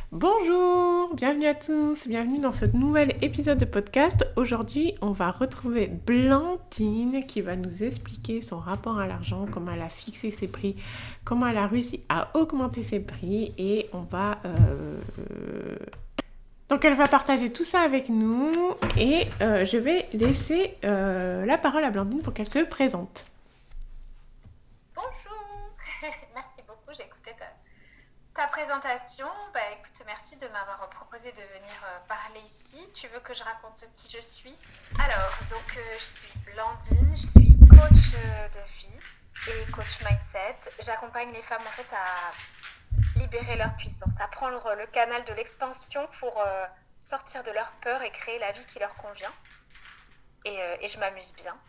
Bonjour, bienvenue à tous, bienvenue dans ce nouvel épisode de podcast. Aujourd'hui, on va retrouver Blandine qui va nous expliquer son rapport à l'argent, comment elle a fixé ses prix, comment elle a réussi à augmenter ses prix et on va... Donc elle va partager tout ça avec nous et je vais laisser la parole à Blandine pour qu'elle se présente. Bonjour, merci beaucoup, j'ai écouté ta présentation. Écoute, merci de m'avoir proposé de venir parler ici. Tu veux que je raconte qui je suis? Alors, je suis Blandine, je suis coach de vie et coach mindset. J'accompagne les femmes en fait à libérer leur puissance, à prendre le canal de l'expansion pour sortir de leur peur et créer la vie qui leur convient. Et je m'amuse bien.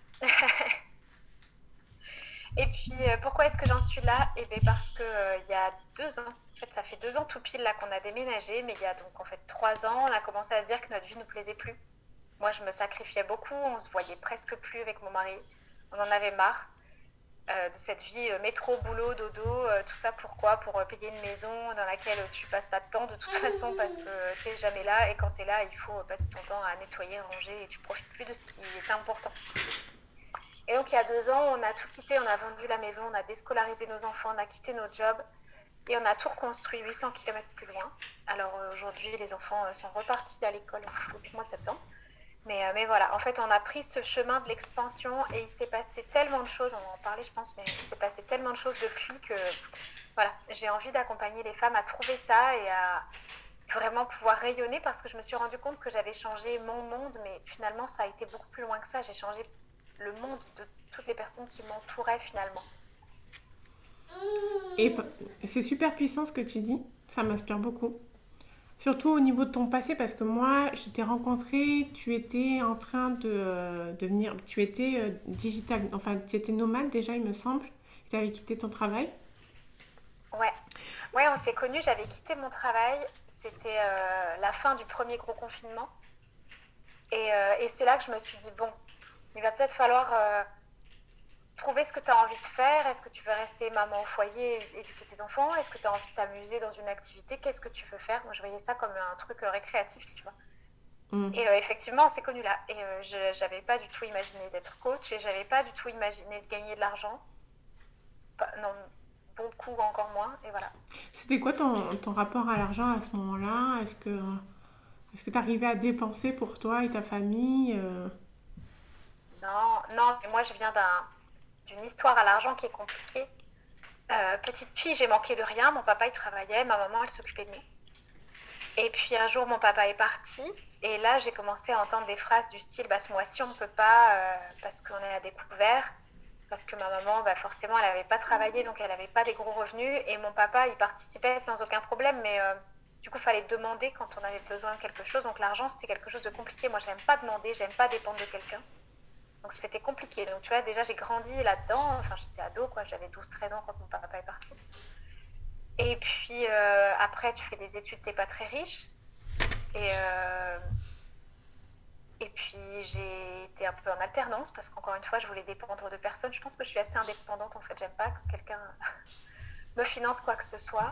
Et puis, pourquoi est-ce que j'en suis là? Eh bien, parce que il y a 2 ans, en fait, ça fait 2 ans tout pile là qu'on a déménagé, mais il y a donc en fait 3 ans, on a commencé à se dire que notre vie ne nous plaisait plus. Moi, je me sacrifiais beaucoup, on se voyait presque plus avec mon mari. On en avait marre de cette vie métro, boulot, dodo, tout ça pourquoi? Pour payer une maison dans laquelle tu passes pas de temps de toute façon parce que tu n'es jamais là et quand tu es là, il faut passer ton temps à nettoyer, ranger et tu profites plus de ce qui est important. Et donc, il y a 2 ans, on a tout quitté, on a vendu la maison, on a déscolarisé nos enfants, on a quitté nos jobs et on a tout reconstruit 800 km plus loin. Alors aujourd'hui, les enfants sont repartis à l'école depuis le mois de septembre. Mais voilà, en fait, on a pris ce chemin de l'expansion et il s'est passé tellement de choses, on va en parler je pense, mais il s'est passé tellement de choses depuis que voilà, j'ai envie d'accompagner les femmes à trouver ça et à vraiment pouvoir rayonner parce que je me suis rendu compte que j'avais changé mon monde, mais finalement, ça a été beaucoup plus loin que ça. J'ai changé le monde de toutes les personnes qui m'entouraient finalement. Et c'est super puissant ce que tu dis, ça m'inspire beaucoup. Surtout au niveau de ton passé, parce que moi, je t'ai rencontré, tu étais en train de devenir... Tu étais digital, enfin, tu étais nomade déjà, il me semble. Tu avais quitté ton travail. Ouais, on s'est connus, j'avais quitté mon travail. C'était la fin du premier gros confinement. Et c'est là que je me suis dit, bon, il va peut-être falloir trouver ce que tu as envie de faire. Est-ce que tu veux rester maman au foyer et éduquer tes enfants? Est-ce que tu as envie de t'amuser dans une activité? Qu'est-ce que tu veux faire? Moi, je voyais ça comme un truc récréatif, tu vois. Et effectivement, on s'est connus là. Et je n'avais pas du tout imaginé d'être coach et j'avais pas du tout imaginé de gagner de l'argent. Non, beaucoup, encore moins. Et voilà. C'était quoi ton rapport à l'argent à ce moment-là? Est-ce que tu arrivais à dépenser pour toi et ta famille Non, non, mais moi, je viens d'une histoire à l'argent qui est compliquée. Petite fille, j'ai manqué de rien. Mon papa, il travaillait. Ma maman, elle s'occupait de nous. Et puis un jour, mon papa est parti. Et là, j'ai commencé à entendre des phrases du style bah, ce mois-ci, on ne peut pas parce qu'on est à découvert. Parce que ma maman, bah, forcément, elle n'avait pas travaillé, donc elle n'avait pas des gros revenus. Et mon papa, il participait sans aucun problème. Mais du coup, il fallait demander quand on avait besoin de quelque chose. Donc l'argent, c'était quelque chose de compliqué. Moi, j'aime pas demander, j'aime pas dépendre de quelqu'un. Donc c'était compliqué. Donc tu vois, déjà, j'ai grandi là-dedans. Enfin, j'étais ado, quoi. J'avais 12-13 ans quand mon papa est parti. Et puis après, tu fais des études, t'es pas très riche. Et, euh, et puis j'ai été un peu en alternance parce qu'encore une fois, je voulais dépendre de personne. Je pense que je suis assez indépendante en fait. J'aime pas que quelqu'un me finance quoi que ce soit.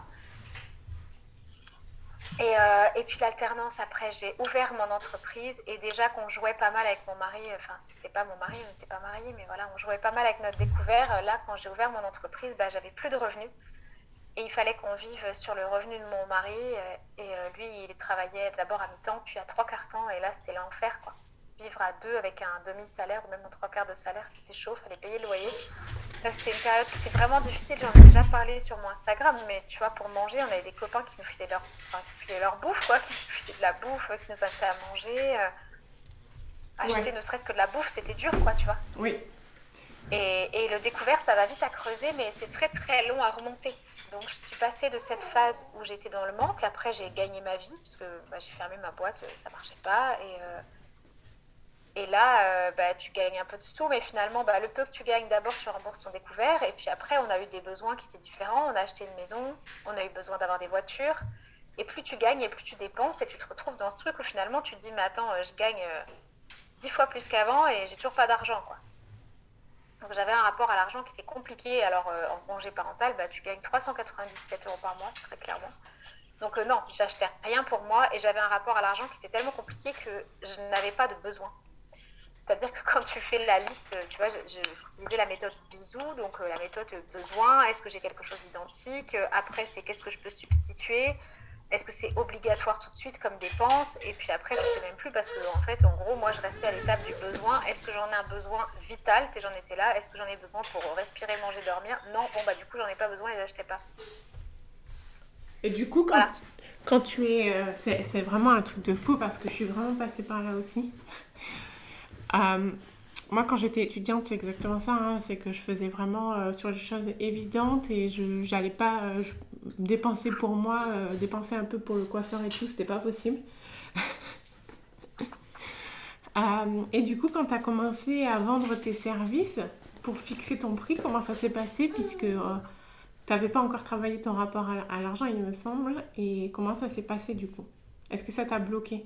Et puis l'alternance, après, j'ai ouvert mon entreprise et déjà qu'on jouait pas mal avec mon mari, enfin, c'était pas mon mari, on n'était pas mariés, mais voilà, on jouait pas mal avec notre découvert. Là, quand j'ai ouvert mon entreprise, bah, j'avais plus de revenus. Et il fallait qu'on vive sur le revenu de mon mari. Et lui, il travaillait d'abord à mi-temps, puis à 3/4 temps. Et là, c'était l'enfer, quoi. Vivre à 2 avec un demi-salaire ou même un 3/4 de salaire, c'était chaud. Il fallait payer le loyer. Là, c'était une période qui était vraiment difficile. J'en ai déjà parlé sur mon Instagram. Mais tu vois, pour manger, on avait des copains qui nous filaient leur bouffe, quoi. Qui nous filaient de la bouffe, qui nous invitaient à manger. Acheter Ouais, ne serait-ce que de la bouffe, c'était dur, quoi, tu vois. oui. Et le découvert, ça va vite à creuser, mais c'est très très long à remonter. Donc je suis passée de cette phase où j'étais dans le manque, après j'ai gagné ma vie, parce que bah, j'ai fermé ma boîte, ça marchait pas. Et là, bah, tu gagnes un peu de sous, mais finalement, bah, le peu que tu gagnes, d'abord tu rembourses ton découvert. Et puis après, on a eu des besoins qui étaient différents. On a acheté une maison, on a eu besoin d'avoir des voitures. Et plus tu gagnes et plus tu dépenses, et tu te retrouves dans ce truc où finalement tu te dis, mais attends, je gagne 10 fois plus qu'avant et j'ai toujours pas d'argent, quoi. Donc j'avais un rapport à l'argent qui était compliqué. Alors en congé parental, bah, tu gagnes 397 € par mois, très clairement. Donc non, j'achetais rien pour moi et j'avais un rapport à l'argent qui était tellement compliqué que je n'avais pas de besoin. C'est-à-dire que quand tu fais la liste, tu vois, j'utilisais la méthode bisou, donc la méthode besoin, est-ce que j'ai quelque chose d'identique? Après, c'est qu'est-ce que je peux substituer? Est-ce que c'est obligatoire tout de suite comme dépense? Et puis après, je ne sais même plus parce que, en fait, en gros, moi, je restais à l'étape du besoin. Est-ce que j'en ai un besoin vital? J'en étais là. Est-ce que j'en ai besoin pour respirer, manger, dormir? Non, bon, bah, du coup, j'en ai pas besoin et je n'achetais pas. Et du coup, Voilà. quand tu es... c'est vraiment un truc de fou parce que je suis vraiment passée par là aussi. Moi, quand j'étais étudiante, c'est exactement ça. Hein, c'est que je faisais vraiment sur les choses évidentes et je n'allais pas dépenser pour moi, dépenser un peu pour le coiffeur et tout, c'était pas possible. Et du coup, quand tu as commencé à vendre tes services pour fixer ton prix, comment ça s'est passé puisque tu n'avais pas encore travaillé ton rapport à l'argent, il me semble. Et comment ça s'est passé du coup? Est-ce que ça t'a bloqué?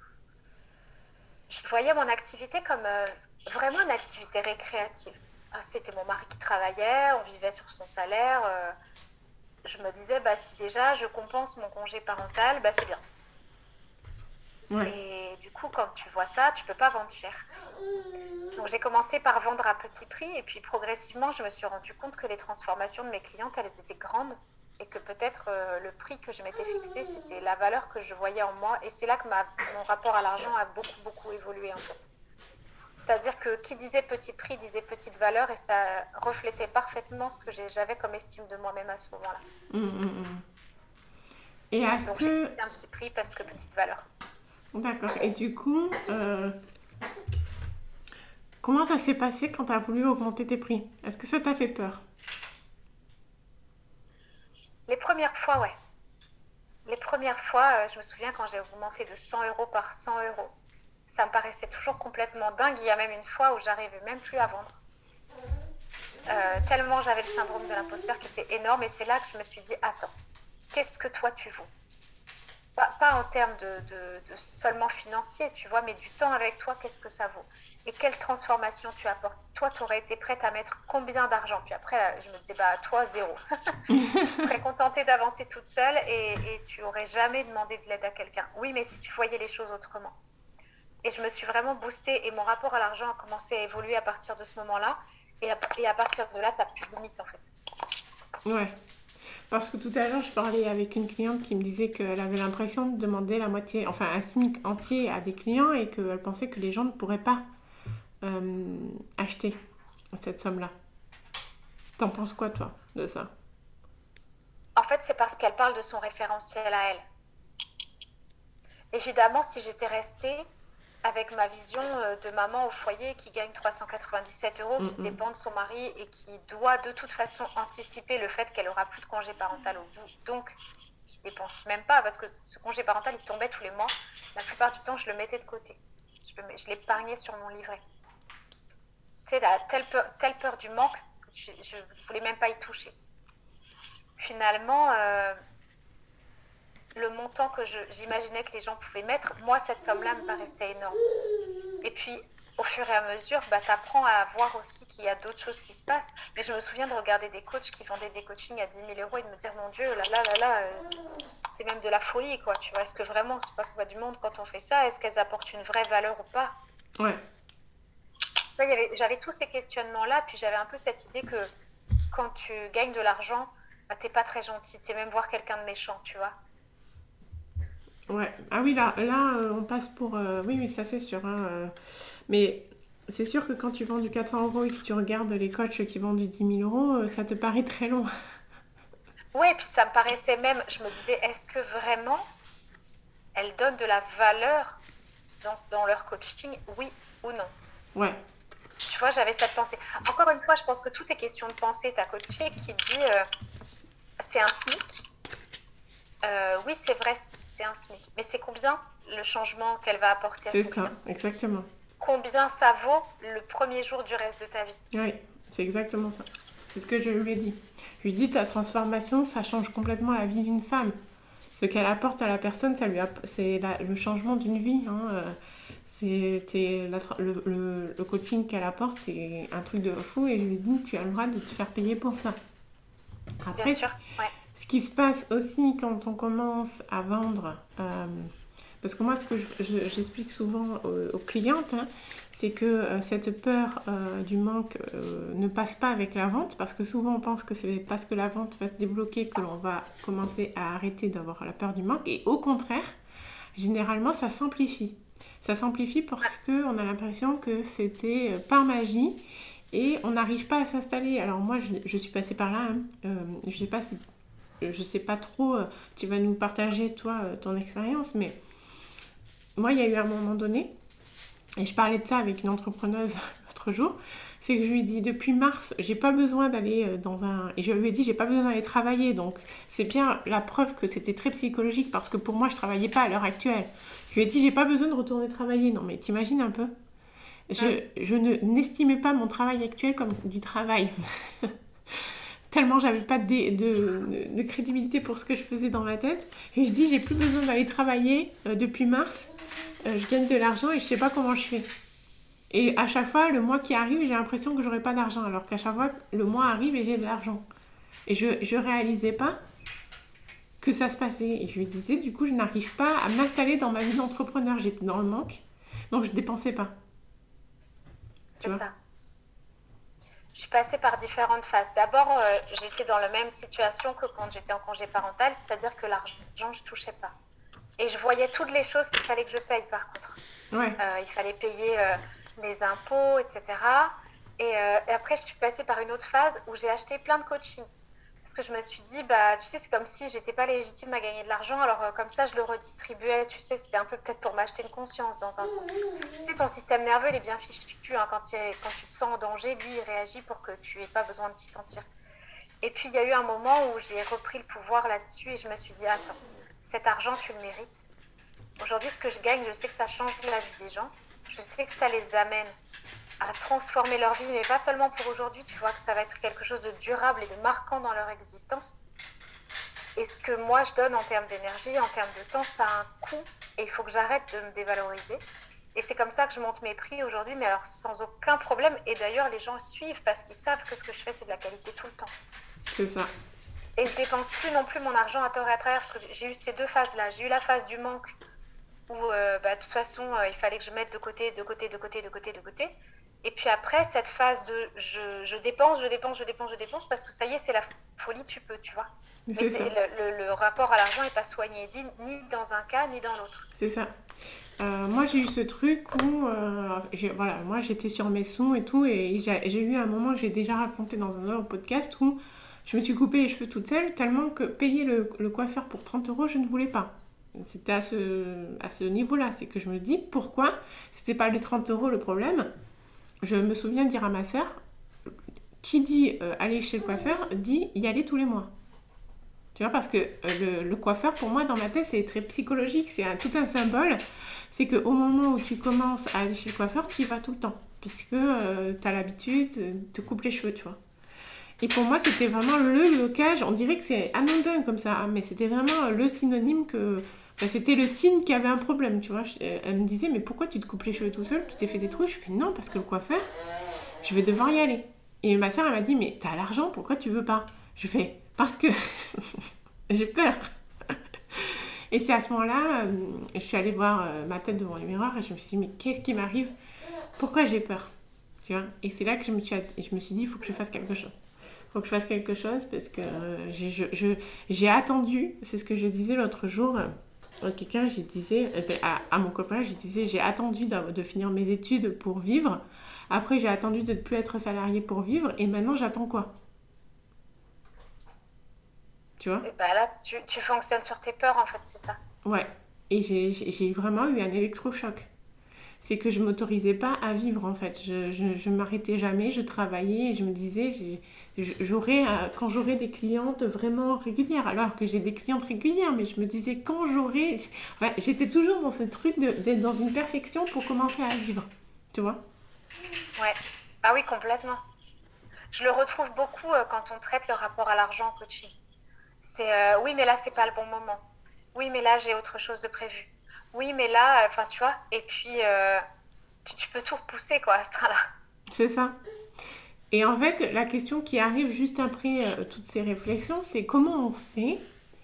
Je voyais mon activité comme vraiment une activité récréative. C'était mon mari qui travaillait, on vivait sur son salaire. Je me disais, bah, si déjà je compense mon congé parental, bah, c'est bien. Ouais. Et du coup, quand tu vois ça, tu peux pas vendre cher. Donc j'ai commencé par vendre à petit prix et puis progressivement, je me suis rendu compte que les transformations de mes clientes, elles étaient grandes et que peut-être le prix que je m'étais fixé, c'était la valeur que je voyais en moi. Et c'est là que mon rapport à l'argent a beaucoup, beaucoup évolué en fait. C'est-à-dire que qui disait petit prix disait petite valeur et ça reflétait parfaitement ce que j'avais comme estime de moi-même à ce moment-là. Et est-ce Donc que... j'ai pris un petit prix parce que petite valeur. D'accord. Et du coup, comment ça s'est passé quand tu as voulu augmenter tes prix? Est-ce que ça t'a fait peur? Les premières fois, ouais. Les premières fois, je me souviens quand j'ai augmenté de 100 euros par 100 euros. Ça me paraissait toujours complètement dingue. Il y a même une fois où j'arrivais même plus à vendre. Tellement j'avais le syndrome de l'imposteur qui était énorme. Et c'est là que je me suis dit, attends, qu'est-ce que toi tu vaux? Pas en termes de seulement financier, tu vois, mais du temps avec toi, qu'est-ce que ça vaut? Et quelle transformation tu apportes? Toi, tu aurais été prête à mettre combien d'argent? Puis après, là, je me disais, bah, toi, zéro. Tu serais contentée d'avancer toute seule et tu n'aurais jamais demandé de l'aide à quelqu'un. Oui, mais si tu voyais les choses autrement. Et je me suis vraiment boostée et mon rapport à l'argent a commencé à évoluer à partir de ce moment-là. Et à partir de là, tu n'as plus de limite, en fait. Ouais. Parce que tout à l'heure, je parlais avec une cliente qui me disait qu'elle avait l'impression de demander la moitié, enfin un SMIC entier à des clients et qu'elle pensait que les gens ne pourraient pas acheter cette somme-là. T'en penses quoi, toi, de ça? En fait, c'est parce qu'elle parle de son référentiel à elle. Évidemment, si j'étais restée avec ma vision de maman au foyer qui gagne 397 euros, qui dépend de son mari et qui doit de toute façon anticiper le fait qu'elle aura plus de congé parental au bout, donc qui ne dépense même pas parce que ce congé parental il tombait tous les mois. La plupart du temps, je le mettais de côté. Je l'épargnais sur mon livret. Tu sais, telle peur du manque, je ne voulais même pas y toucher. Finalement, le montant que j'imaginais que les gens pouvaient mettre, moi, cette somme-là me paraissait énorme. Et puis, au fur et à mesure, tu apprends à voir aussi qu'il y a d'autres choses qui se passent. Mais je me souviens de regarder des coachs qui vendaient des coachings à 10 000 euros et de me dire, mon Dieu, c'est même de la folie, quoi. Tu vois, est-ce que vraiment, c'est pas quoi du monde quand on fait ça? Est-ce qu'elles apportent une vraie valeur ou pas? Ouais. J'avais tous ces questionnements-là, puis j'avais un peu cette idée que quand tu gagnes de l'argent, t'es pas très gentil, t'es même voir quelqu'un de méchant, tu vois. Ouais. Ah oui, là on passe pour... Oui, ça c'est sûr. Hein, mais c'est sûr que quand tu vends du 400 euros et que tu regardes les coachs qui vendent du 10 000 euros, ça te paraît très long. Oui, puis ça me paraissait même... Je me disais, est-ce que vraiment elles donnent de la valeur dans leur coaching, oui ou non? Ouais. Tu vois, j'avais cette pensée. Encore une fois, je pense que tout est question de pensée. Ta coachée qui dit, c'est un SMIC. Oui, c'est vrai, c'est un SMIC. Mais c'est combien le changement qu'elle va apporter à son client? C'est ça, exactement. Combien ça vaut le premier jour du reste de ta vie? Oui, c'est exactement ça. C'est ce que je lui ai dit. Je lui ai dit, ta transformation, ça change complètement la vie d'une femme. Ce qu'elle apporte à la personne, c'est le changement d'une vie. Hein. Le coaching qu'elle apporte, c'est un truc de fou. Et je lui ai dit, tu as le droit de te faire payer pour ça. Après, bien sûr, ouais. Ce qui se passe aussi quand on commence à vendre, parce que moi, ce que j'explique souvent aux clientes, hein, c'est que cette peur du manque ne passe pas avec la vente, parce que souvent on pense que c'est parce que la vente va se débloquer que l'on va commencer à arrêter d'avoir la peur du manque, et au contraire, généralement ça s'amplifie. Ça s'amplifie parce qu'on a l'impression que c'était par magie et on n'arrive pas à s'installer. Alors moi, je suis passée par là, hein. Je sais pas trop, tu vas nous partager toi ton expérience, mais moi il y a eu un moment donné, et je parlais de ça avec une entrepreneuse l'autre jour, c'est que je lui ai dit depuis mars, j'ai pas besoin d'aller dans un... Et je lui ai dit, j'ai pas besoin d'aller travailler, donc c'est bien la preuve que c'était très psychologique, parce que pour moi, je travaillais pas à l'heure actuelle. Je lui ai dit, j'ai pas besoin de retourner travailler. Non mais t'imagines un peu ? Je n'estimais pas mon travail actuel comme du travail. Tellement j'avais pas de crédibilité pour ce que je faisais dans ma tête. Et je dis, j'ai plus besoin d'aller travailler depuis mars. Je gagne de l'argent et je sais pas comment je fais. Et à chaque fois, le mois qui arrive, j'ai l'impression que j'aurai pas d'argent. Alors qu'à chaque fois, le mois arrive et j'ai de l'argent. Et je réalisais pas que ça se passait. Et je lui disais, du coup, je n'arrive pas à m'installer dans ma vie d'entrepreneur. J'étais dans le manque. Donc, je dépensais pas. C'est ça. Je suis passée par différentes phases. D'abord, j'étais dans la même situation que quand j'étais en congé parental, c'est-à-dire que l'argent, je touchais pas. Et je voyais toutes les choses qu'il fallait que je paye, par contre. Ouais. Il fallait payer les impôts, etc. Et après, je suis passée par une autre phase où j'ai acheté plein de coaching. Parce que je me suis dit, bah, tu sais, c'est comme si j'étais pas légitime à gagner de l'argent, alors comme ça, je le redistribuais, tu sais, c'était un peu peut-être pour m'acheter une conscience dans un sens. Tu sais, ton système nerveux, il est bien fichu, hein, quand tu te sens en danger, lui, il réagit pour que tu aies pas besoin de t'y sentir. Et puis, il y a eu un moment où j'ai repris le pouvoir là-dessus et je me suis dit, attends, cet argent, tu le mérites. Aujourd'hui, ce que je gagne, je sais que ça change la vie des gens, je sais que ça les amène à transformer leur vie, mais pas seulement pour aujourd'hui, tu vois, que ça va être quelque chose de durable et de marquant dans leur existence. Et ce que moi je donne en termes d'énergie, en termes de temps, ça a un coût et il faut que j'arrête de me dévaloriser. Et c'est comme ça que je monte mes prix aujourd'hui, mais alors sans aucun problème. Et d'ailleurs, les gens suivent parce qu'ils savent que ce que je fais, c'est de la qualité tout le temps. C'est ça. Et je dépense plus non plus mon argent à tort et à travers, parce que j'ai eu ces deux phases-là. J'ai eu la phase du manque, où de toute façon, il fallait que je mette de côté. Et puis après, cette phase de je dépense, parce que ça y est, c'est la folie, tu peux, tu vois. Mais le rapport à l'argent n'est pas soigné, ni dans un cas, ni dans l'autre. C'est ça. Moi, j'ai eu ce truc où, moi, j'étais sur mes sons et tout, et j'ai eu un moment que j'ai déjà raconté dans un autre podcast où je me suis coupé les cheveux toute seule, tellement que payer le coiffeur pour 30 €, je ne voulais pas. C'était à ce niveau-là, c'est que je me dis, pourquoi ? C'était pas les 30 € le problème. Je me souviens de dire à ma sœur, qui dit aller chez le coiffeur, dit y aller tous les mois. Tu vois, parce que le coiffeur, pour moi, dans ma tête, c'est très psychologique, c'est tout un symbole. C'est qu'au moment où tu commences à aller chez le coiffeur, tu y vas tout le temps. Puisque tu as l'habitude de te couper les cheveux, tu vois. Et pour moi, c'était vraiment le blocage. On dirait que c'est anodin comme ça, mais c'était vraiment le synonyme que... Enfin, c'était le signe qu'il y avait un problème, tu vois. Elle me disait, mais pourquoi tu te coupes les cheveux tout seul ? Tu t'es fait des trous ? Je fais, non, parce que le coiffeur, je vais devoir y aller. Et ma soeur, elle m'a dit, mais t'as l'argent, pourquoi tu veux pas ? Je fais, parce que j'ai peur. Et c'est à ce moment-là, je suis allée voir ma tête devant le miroir et je me suis dit, mais qu'est-ce qui m'arrive ? Pourquoi j'ai peur ? Tu vois ? Et c'est là que je me suis dit, il faut que je fasse quelque chose. Il faut que je fasse quelque chose parce que j'ai attendu, c'est ce que je disais l'autre jour, quelqu'un, je disais, à mon copain, je disais, j'ai attendu de finir mes études pour vivre. Après, j'ai attendu de ne plus être salariée pour vivre. Et maintenant, j'attends quoi ? Tu vois ? Là, tu fonctionnes sur tes peurs, en fait, c'est ça. Ouais. Et j'ai vraiment eu un électrochoc. C'est que je ne m'autorisais pas à vivre, en fait. Je ne m'arrêtais jamais, je travaillais et je me disais, quand j'aurai des clientes vraiment régulières, alors que j'ai des clientes régulières, mais je me disais, quand j'aurai... Enfin, j'étais toujours dans ce truc d'être dans une perfection pour commencer à vivre. Tu vois ? Ouais. Ah oui, complètement. Je le retrouve beaucoup quand on traite le rapport à l'argent en coaching. C'est oui, mais là, c'est pas le bon moment. Oui, mais là, j'ai autre chose de prévu. Oui, mais là, enfin, tu vois, et puis tu peux tout repousser, quoi, à ce train-là. C'est ça. Et en fait, la question qui arrive juste après toutes ces réflexions, c'est comment on fait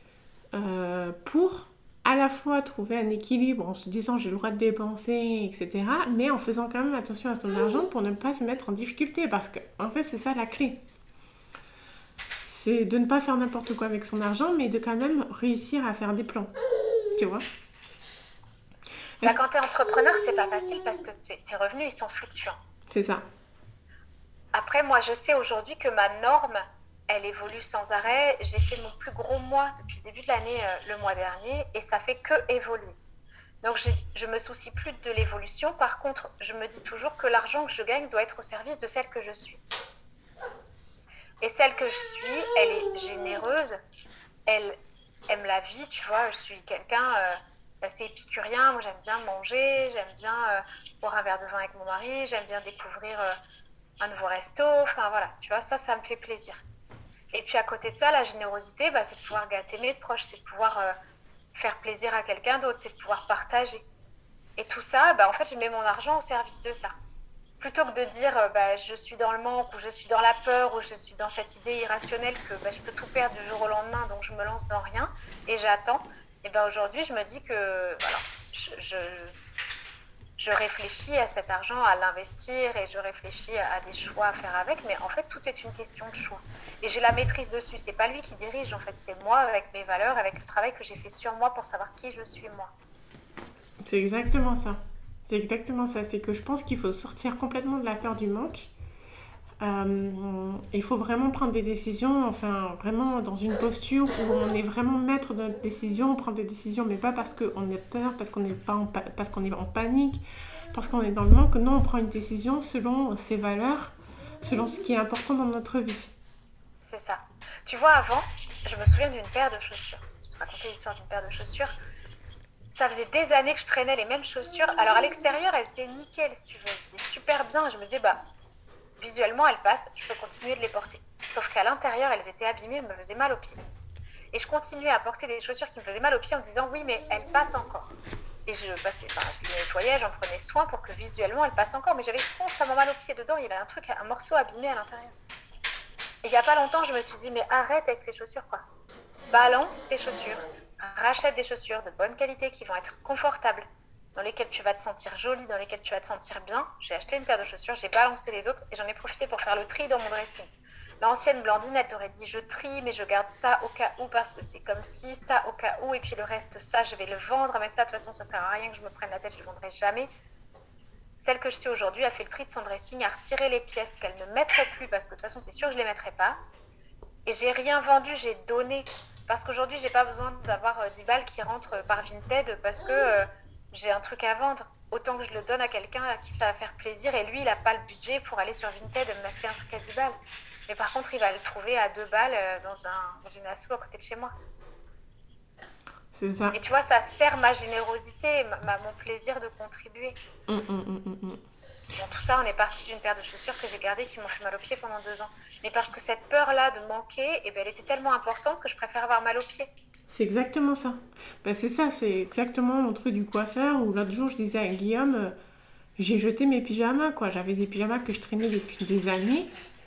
pour à la fois trouver un équilibre en se disant j'ai le droit de dépenser, etc., mais en faisant quand même attention à son argent pour ne pas se mettre en difficulté, parce que en fait c'est ça la clé. C'est de ne pas faire n'importe quoi avec son argent, mais de quand même réussir à faire des plans, tu vois. Bah, quand tu es entrepreneur, c'est pas facile parce que tes revenus, ils sont fluctuants. C'est ça. Après, moi, je sais aujourd'hui que ma norme, elle évolue sans arrêt. J'ai fait mon plus gros mois depuis le début de l'année, le mois dernier, et ça fait que évoluer. Donc, je me soucie plus de l'évolution. Par contre, je me dis toujours que l'argent que je gagne doit être au service de celle que je suis. Et celle que je suis, elle est généreuse, elle aime la vie, tu vois. Je suis quelqu'un assez épicurien. Moi, j'aime bien manger, j'aime bien boire un verre de vin avec mon mari, j'aime bien découvrir un nouveau resto. Enfin, voilà, tu vois, ça me fait plaisir. Et puis, à côté de ça, la générosité, bah, c'est de pouvoir gâter mes proches, c'est de pouvoir faire plaisir à quelqu'un d'autre, c'est de pouvoir partager. Et tout ça, bah, en fait, je mets mon argent au service de ça. Plutôt que de dire bah, je suis dans le manque ou je suis dans la peur ou je suis dans cette idée irrationnelle que bah, je peux tout perdre du jour au lendemain, donc je me lance dans rien et j'attends. Et ben aujourd'hui, je me dis que voilà, je réfléchis à cet argent, à l'investir et je réfléchis à des choix à faire avec, mais en fait, tout est une question de choix. Et j'ai la maîtrise dessus. C'est pas lui qui dirige, en fait, c'est moi avec mes valeurs, avec le travail que j'ai fait sur moi pour savoir qui je suis moi. C'est exactement ça. C'est exactement ça. C'est que je pense qu'il faut sortir complètement de la peur du manque. Il faut vraiment prendre des décisions, enfin vraiment dans une posture où on est vraiment maître de notre décision, on prend des décisions, mais pas parce qu'on a peur, parce qu'on est en panique, parce qu'on est dans le manque. Non, on prend une décision selon ses valeurs, selon ce qui est important dans notre vie. C'est ça. Tu vois, avant, je me souviens d'une paire de chaussures. Je te racontais l'histoire d'une paire de chaussures. Ça faisait des années que je traînais les mêmes chaussures. Alors à l'extérieur, elles étaient nickel, si tu veux. Elles étaient super bien. Et je me disais, bah, visuellement, elles passent, je peux continuer de les porter. Sauf qu'à l'intérieur, elles étaient abîmées, elles me faisaient mal aux pieds. Et je continuais à porter des chaussures qui me faisaient mal aux pieds en me disant, oui, mais elles passent encore. Et je les nettoyais, j'en prenais soin pour que visuellement, elles passent encore. Mais j'avais constamment mal aux pieds dedans. Il y avait un morceau abîmé à l'intérieur. Et il n'y a pas longtemps, je me suis dit, mais arrête avec ces chaussures, quoi. Balance ces chaussures. Rachète des chaussures de bonne qualité qui vont être confortables, dans lesquelles tu vas te sentir jolie, dans lesquelles tu vas te sentir bien. J'ai acheté une paire de chaussures, j'ai balancé les autres et j'en ai profité pour faire le tri dans mon dressing. L'ancienne Blandine, elle t'aurait dit je trie, mais je garde ça au cas où parce que c'est comme si, ça au cas où, et puis le reste, ça, je vais le vendre. Mais ça, de toute façon, ça sert à rien que je me prenne la tête, je le vendrai jamais. Celle que je suis aujourd'hui a fait le tri de son dressing, a retiré les pièces qu'elle ne mettrait plus parce que de toute façon, c'est sûr que je ne les mettrai pas. Et j'ai rien vendu, j'ai donné. Parce qu'aujourd'hui, j'ai pas besoin d'avoir 10 balles qui rentrent par Vinted parce que j'ai un truc à vendre. Autant que je le donne à quelqu'un à qui ça va faire plaisir et lui, il n'a pas le budget pour aller sur Vinted et m'acheter un truc à 10 balles. Mais par contre, il va le trouver à 2 balles dans une asso à côté de chez moi. C'est ça. Et tu vois, ça sert ma générosité, mon plaisir de contribuer. Bon, tout ça, on est parti d'une paire de chaussures que j'ai gardées qui m'ont fait mal aux pieds pendant 2 ans. Mais parce que cette peur-là de manquer, eh ben, elle était tellement importante que je préfère avoir mal aux pieds. C'est exactement ça. Ben, c'est ça, c'est exactement mon truc du coiffeur où l'autre jour je disais à Guillaume, j'ai jeté mes pyjamas, quoi. J'avais des pyjamas que je traînais depuis des années.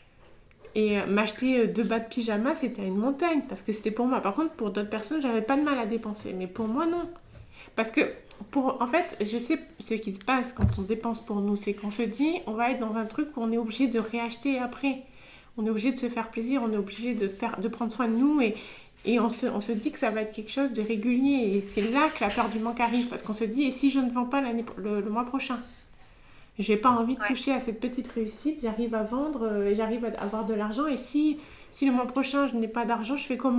Et m'acheter 2 bas de pyjama, c'était une montagne parce que c'était pour moi. Par contre, pour d'autres personnes, j'avais pas de mal à dépenser. Mais pour moi, non. Parce que, en fait, je sais ce qui se passe quand on dépense pour nous. C'est qu'on se dit, on va être dans un truc où on est obligé de réacheter après. On est obligé de se faire plaisir, on est obligé de prendre soin de nous. Et on se dit que ça va être quelque chose de régulier. Et c'est là que la peur du manque arrive. Parce qu'on se dit, et si je ne vends pas le mois prochain ? J'ai pas envie de toucher à cette petite réussite, j'arrive à vendre et j'arrive à avoir de l'argent. Et si le mois prochain je n'ai pas d'argent, je fais comment ?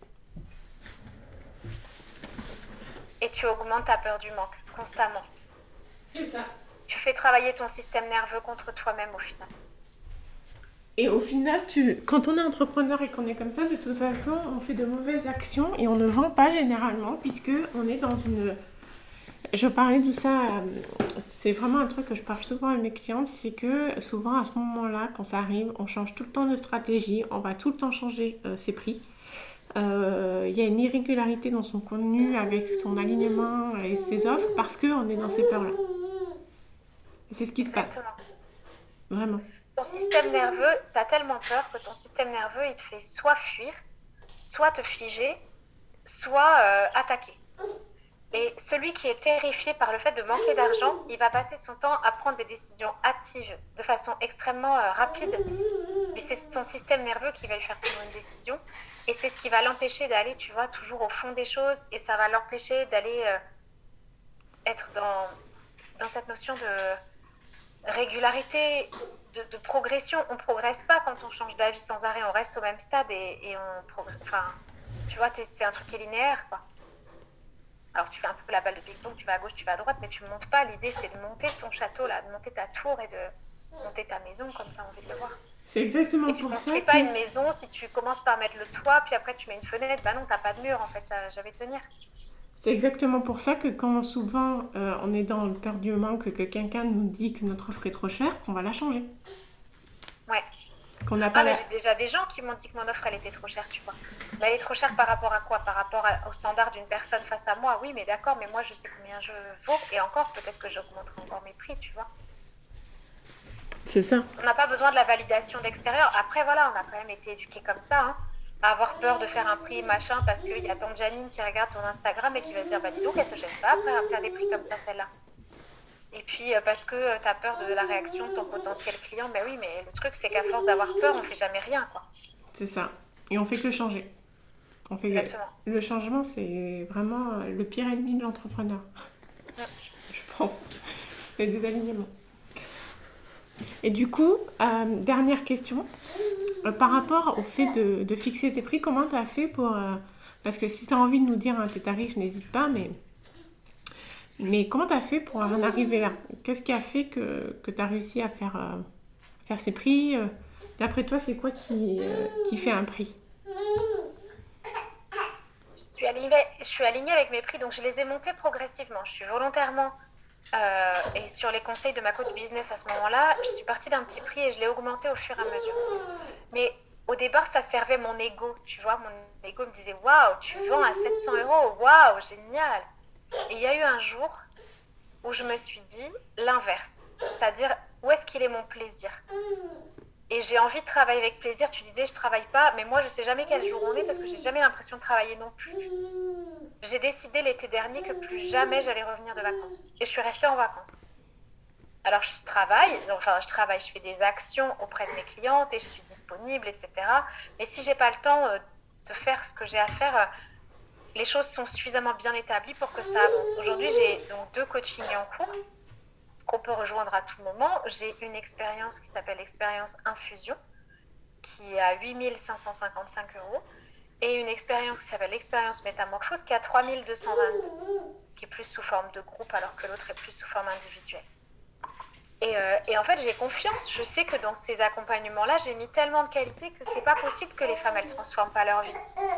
Et tu augmentes ta peur du manque constamment. C'est ça. Tu fais travailler ton système nerveux contre toi-même au final. Et au final, quand on est entrepreneur et qu'on est comme ça, de toute façon, on fait de mauvaises actions et on ne vend pas généralement puisque on est dans une... Je parlais de ça, c'est vraiment un truc que je parle souvent à mes clients, c'est que souvent à ce moment-là, quand ça arrive, on change tout le temps de stratégie, on va tout le temps changer ses prix. Il y a une irrégularité dans son contenu avec son alignement et ses offres parce qu'on est dans ces peurs-là. Et c'est ce qui se passe. Vraiment. ton système nerveux, tu as tellement peur que ton système nerveux, il te fait soit fuir, soit te figer, soit attaquer. Et celui qui est terrifié par le fait de manquer d'argent, il va passer son temps à prendre des décisions hâtives de façon extrêmement rapide. Mais c'est son système nerveux qui va lui faire prendre une décision. Et c'est ce qui va l'empêcher d'aller, tu vois, toujours au fond des choses. Et ça va l'empêcher d'aller être dans cette notion de régularité, de progression. On ne progresse pas quand on change d'avis sans arrêt. On reste au même stade et on progresse. Enfin, tu vois, c'est un truc qui est linéaire, quoi. Alors, tu fais un peu la balle de ping-pong, tu vas à gauche, tu vas à droite, mais tu ne montes pas. L'idée, c'est de monter ton château, là, de monter ta tour et de monter ta maison comme tu as envie de le voir. C'est exactement pour ça. Tu ne construis pas une maison si tu commences par mettre le toit, puis après tu mets une fenêtre. Bah non, tu n'as pas de mur, en fait, ça va jamais tenir. C'est exactement pour ça que quand souvent on est dans le peur du manque, que quelqu'un nous dit que notre offre est trop chère, qu'on va la changer. Ouais. Qu'on n'a pas j'ai déjà des gens qui m'ont dit que mon offre, elle était trop chère, tu vois. Mais elle est trop chère par rapport à quoi? Par rapport au standard d'une personne face à moi. Oui, mais d'accord, mais moi, je sais combien je vaux. Et encore, peut-être que j'augmenterai encore mes prix, tu vois. C'est ça. On n'a pas besoin de la validation d'extérieur. Après, voilà, on a quand même été éduqués comme ça, hein, à avoir peur de faire un prix, machin, parce qu'il y a tante Janine qui regarde ton Instagram et qui va te dire, bah dis donc, elle se gêne pas après à faire des prix comme ça, celle-là. Et puis, parce que tu as peur de la réaction de ton potentiel client, ben oui, mais le truc, c'est qu'à force d'avoir peur, on fait jamais rien, quoi. C'est ça. Et on fait que changer. Exactement. Le changement, c'est vraiment le pire ennemi de l'entrepreneur. Je pense. C'est des alignements. Et du coup, dernière question. Par rapport au fait de fixer tes prix, comment tu as fait pour... parce que si tu as envie de nous dire tes tarifs, n'hésite pas, mais comment tu as fait pour en arriver là? Qu'est-ce qui a fait que tu as réussi à faire ces prix? D'après toi, c'est quoi qui fait un prix? Je suis alignée avec mes prix, donc je les ai montés progressivement. Je suis volontairement... et sur les conseils de ma coach business à ce moment-là, je suis partie d'un petit prix et je l'ai augmenté au fur et à mesure. Mais au départ, ça servait mon ego, tu vois. Mon ego me disait « Waouh, tu vends à 700 €, waouh, génial !» Et il y a eu un jour où je me suis dit l'inverse, c'est-à-dire où est-ce qu'il est mon plaisir? Et j'ai envie de travailler avec plaisir. Tu disais, je travaille pas, mais moi, je sais jamais quel jour on est parce que j'ai jamais l'impression de travailler non plus. J'ai décidé l'été dernier que plus jamais j'allais revenir de vacances. Et je suis restée en vacances. Alors, je fais des actions auprès de mes clientes et je suis disponible, etc. Mais si j'ai pas le temps de faire ce que j'ai à faire, les choses sont suffisamment bien établies pour que ça avance. Aujourd'hui, j'ai donc 2 coachings en cours qu'on peut rejoindre à tout moment. J'ai une expérience qui s'appelle Expérience Infusion, qui est à 8 555 €, et une expérience qui s'appelle Expérience Métamorphose, qui est à 3 222, qui est plus sous forme de groupe, alors que l'autre est plus sous forme individuelle. Et en fait, j'ai confiance. Je sais que dans ces accompagnements-là, j'ai mis tellement de qualité que c'est pas possible que les femmes, elles transforment pas leur vie.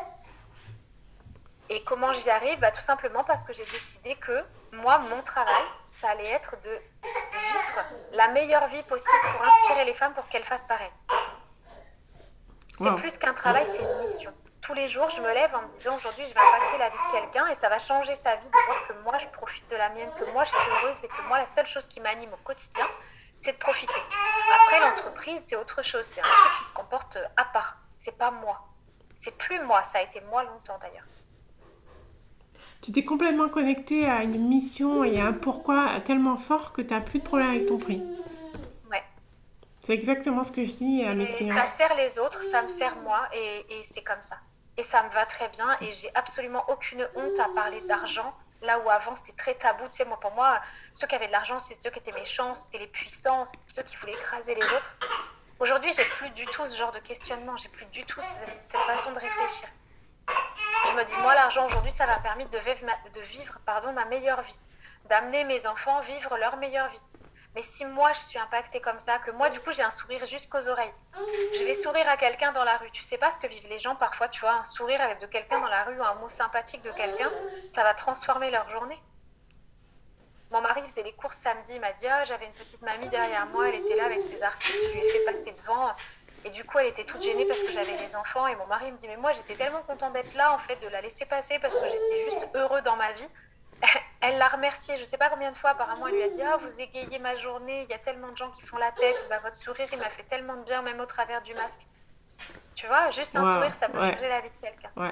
Et comment j'y arrive? Tout simplement parce que j'ai décidé que moi, mon travail, ça allait être de vivre la meilleure vie possible pour inspirer les femmes pour qu'elles fassent pareil. C'est plus qu'un travail, c'est une mission. Tous les jours, je me lève en me disant aujourd'hui, je vais impacter la vie de quelqu'un et ça va changer sa vie de voir que moi, je profite de la mienne, que moi, je suis heureuse et que moi, la seule chose qui m'anime au quotidien, c'est de profiter. Après, l'entreprise, c'est autre chose. C'est un truc qui se comporte à part. C'est pas moi. C'est plus moi. Ça a été moi longtemps d'ailleurs. Tu t'es complètement connectée à une mission et à un pourquoi tellement fort que tu n'as plus de problème avec ton prix. Ouais. C'est exactement ce que je dis à mes clients. Ça sert les autres, ça me sert moi et c'est comme ça. Et ça me va très bien et j'ai absolument aucune honte à parler d'argent. Là où avant c'était très tabou, tu sais, pour moi, ceux qui avaient de l'argent, c'est ceux qui étaient méchants, c'était les puissants, c'était ceux qui voulaient écraser les autres. Aujourd'hui, j'ai plus du tout ce genre de questionnement, j'ai plus du tout cette façon de réfléchir. Je me dis, moi, l'argent aujourd'hui, ça m'a permis de vivre ma meilleure vie, d'amener mes enfants à vivre leur meilleure vie. Mais si moi, je suis impactée comme ça, que moi, du coup, j'ai un sourire jusqu'aux oreilles, je vais sourire à quelqu'un dans la rue. Tu sais pas ce que vivent les gens parfois, tu vois, un sourire de quelqu'un dans la rue ou un mot sympathique de quelqu'un, ça va transformer leur journée. Mon mari faisait les courses samedi, il m'a dit, j'avais une petite mamie derrière moi, elle était là avec ses articles, je lui ai fait passer devant. Et du coup, elle était toute gênée parce que j'avais les enfants. Et mon mari me dit, mais moi, j'étais tellement content d'être là, en fait, de la laisser passer parce que j'étais juste heureux dans ma vie. Elle l'a remercié, je sais pas combien de fois, apparemment, elle lui a dit « Oh, vous égayez ma journée, il y a tellement de gens qui font la tête, bah, votre sourire, il m'a fait tellement de bien, même au travers du masque. » Tu vois, juste un Waouh, sourire, ça peut ouais, changer la vie de quelqu'un. ouais,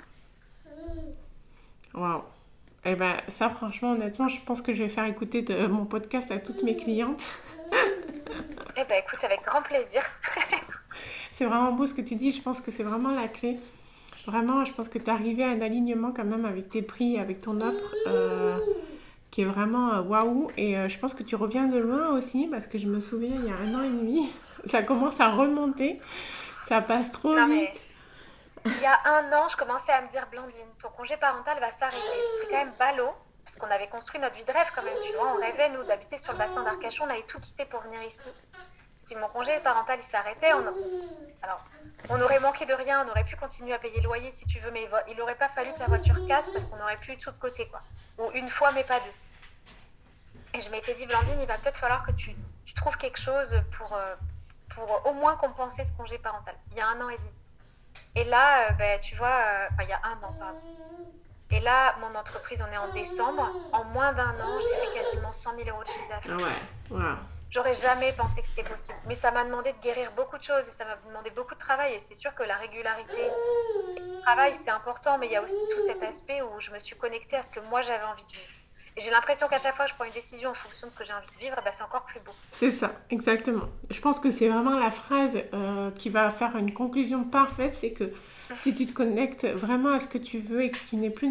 waouh. Eh ben, ça, franchement, honnêtement, je pense que je vais faire écouter de mon podcast à toutes mes clientes. Eh ben écoute, avec grand plaisir. C'est vraiment beau ce que tu dis, je pense que c'est vraiment la clé. Vraiment, je pense que tu es arrivé à un alignement quand même avec tes prix, avec ton offre, qui est vraiment waouh. Et je pense que tu reviens de loin aussi, parce que je me souviens, il y a 1 an et demi, ça commence à remonter, ça passe trop Non vite. mais, il y a 1 an, je commençais à me dire « Blandine, ton congé parental va s'arrêter. » C'est quand même ballot, parce qu'on avait construit notre vie de rêve quand même, tu vois. On rêvait, nous, d'habiter sur le bassin d'Arcachon, on avait tout quitté pour venir ici. Si mon congé parental il s'arrêtait, alors, on aurait manqué de rien, on aurait pu continuer à payer le loyer si tu veux, mais il n'aurait pas fallu que la voiture casse parce qu'on aurait pu tout de côté, quoi. Ou une fois, mais pas deux. Et je m'étais dit, Blandine, il va peut-être falloir que tu trouves quelque chose pour au moins compenser ce congé parental. Il y a 1 an et demi. Et là, ben, tu vois, enfin, il y a 1 an, pardon. Et là, mon entreprise, on est en décembre. En moins d'1 an, j'ai fait quasiment 100 000 euros de chiffre d'affaires. Ouais, waouh. J'aurais jamais pensé que c'était possible. Mais ça m'a demandé de guérir beaucoup de choses et ça m'a demandé beaucoup de travail. Et c'est sûr que la régularité et le travail, c'est important, mais il y a aussi tout cet aspect où je me suis connectée à ce que moi, j'avais envie de vivre. Et j'ai l'impression qu'à chaque fois que je prends une décision en fonction de ce que j'ai envie de vivre, bah, c'est encore plus beau. C'est ça, exactement. Je pense que c'est vraiment la phrase qui va faire une conclusion parfaite, c'est que si tu te connectes vraiment à ce que tu veux et que tu n'es plus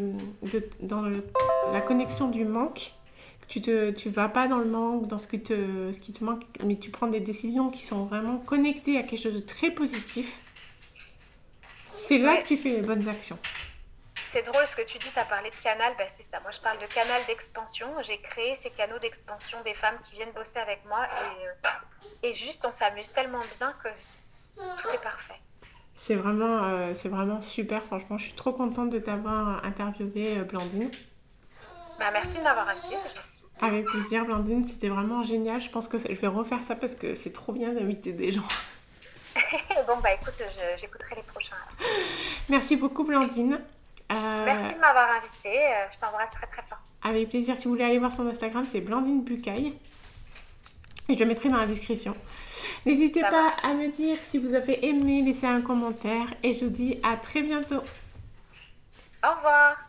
la connexion du manque, que tu vas pas dans le manque, dans ce qui te manque, mais tu prends des décisions qui sont vraiment connectées à quelque chose de très positif, c'est là Ouais. que tu fais les bonnes actions. C'est drôle ce que tu dis, tu as parlé de canal, bah, c'est ça. Moi, je parle de canal d'expansion. J'ai créé ces canaux d'expansion des femmes qui viennent bosser avec moi et juste, on s'amuse tellement bien que tout est parfait. C'est vraiment super, franchement. Je suis trop contente de t'avoir interviewée, Blandine. Bah, merci de m'avoir invitée, c'est gentil. Avec plaisir, Blandine, c'était vraiment génial. Je pense que je vais refaire ça parce que c'est trop bien d'inviter des gens. Bon, bah écoute, j'écouterai les prochains. Merci beaucoup, Blandine. Merci de m'avoir invitée, je t'embrasse très très fort. Avec plaisir. Si vous voulez aller voir son Instagram, c'est Blandine Bucaille. Et je le mettrai dans la description. N'hésitez Ça pas marche. à me dire si vous avez aimé, laissez un commentaire. Et je vous dis à très bientôt. Au revoir.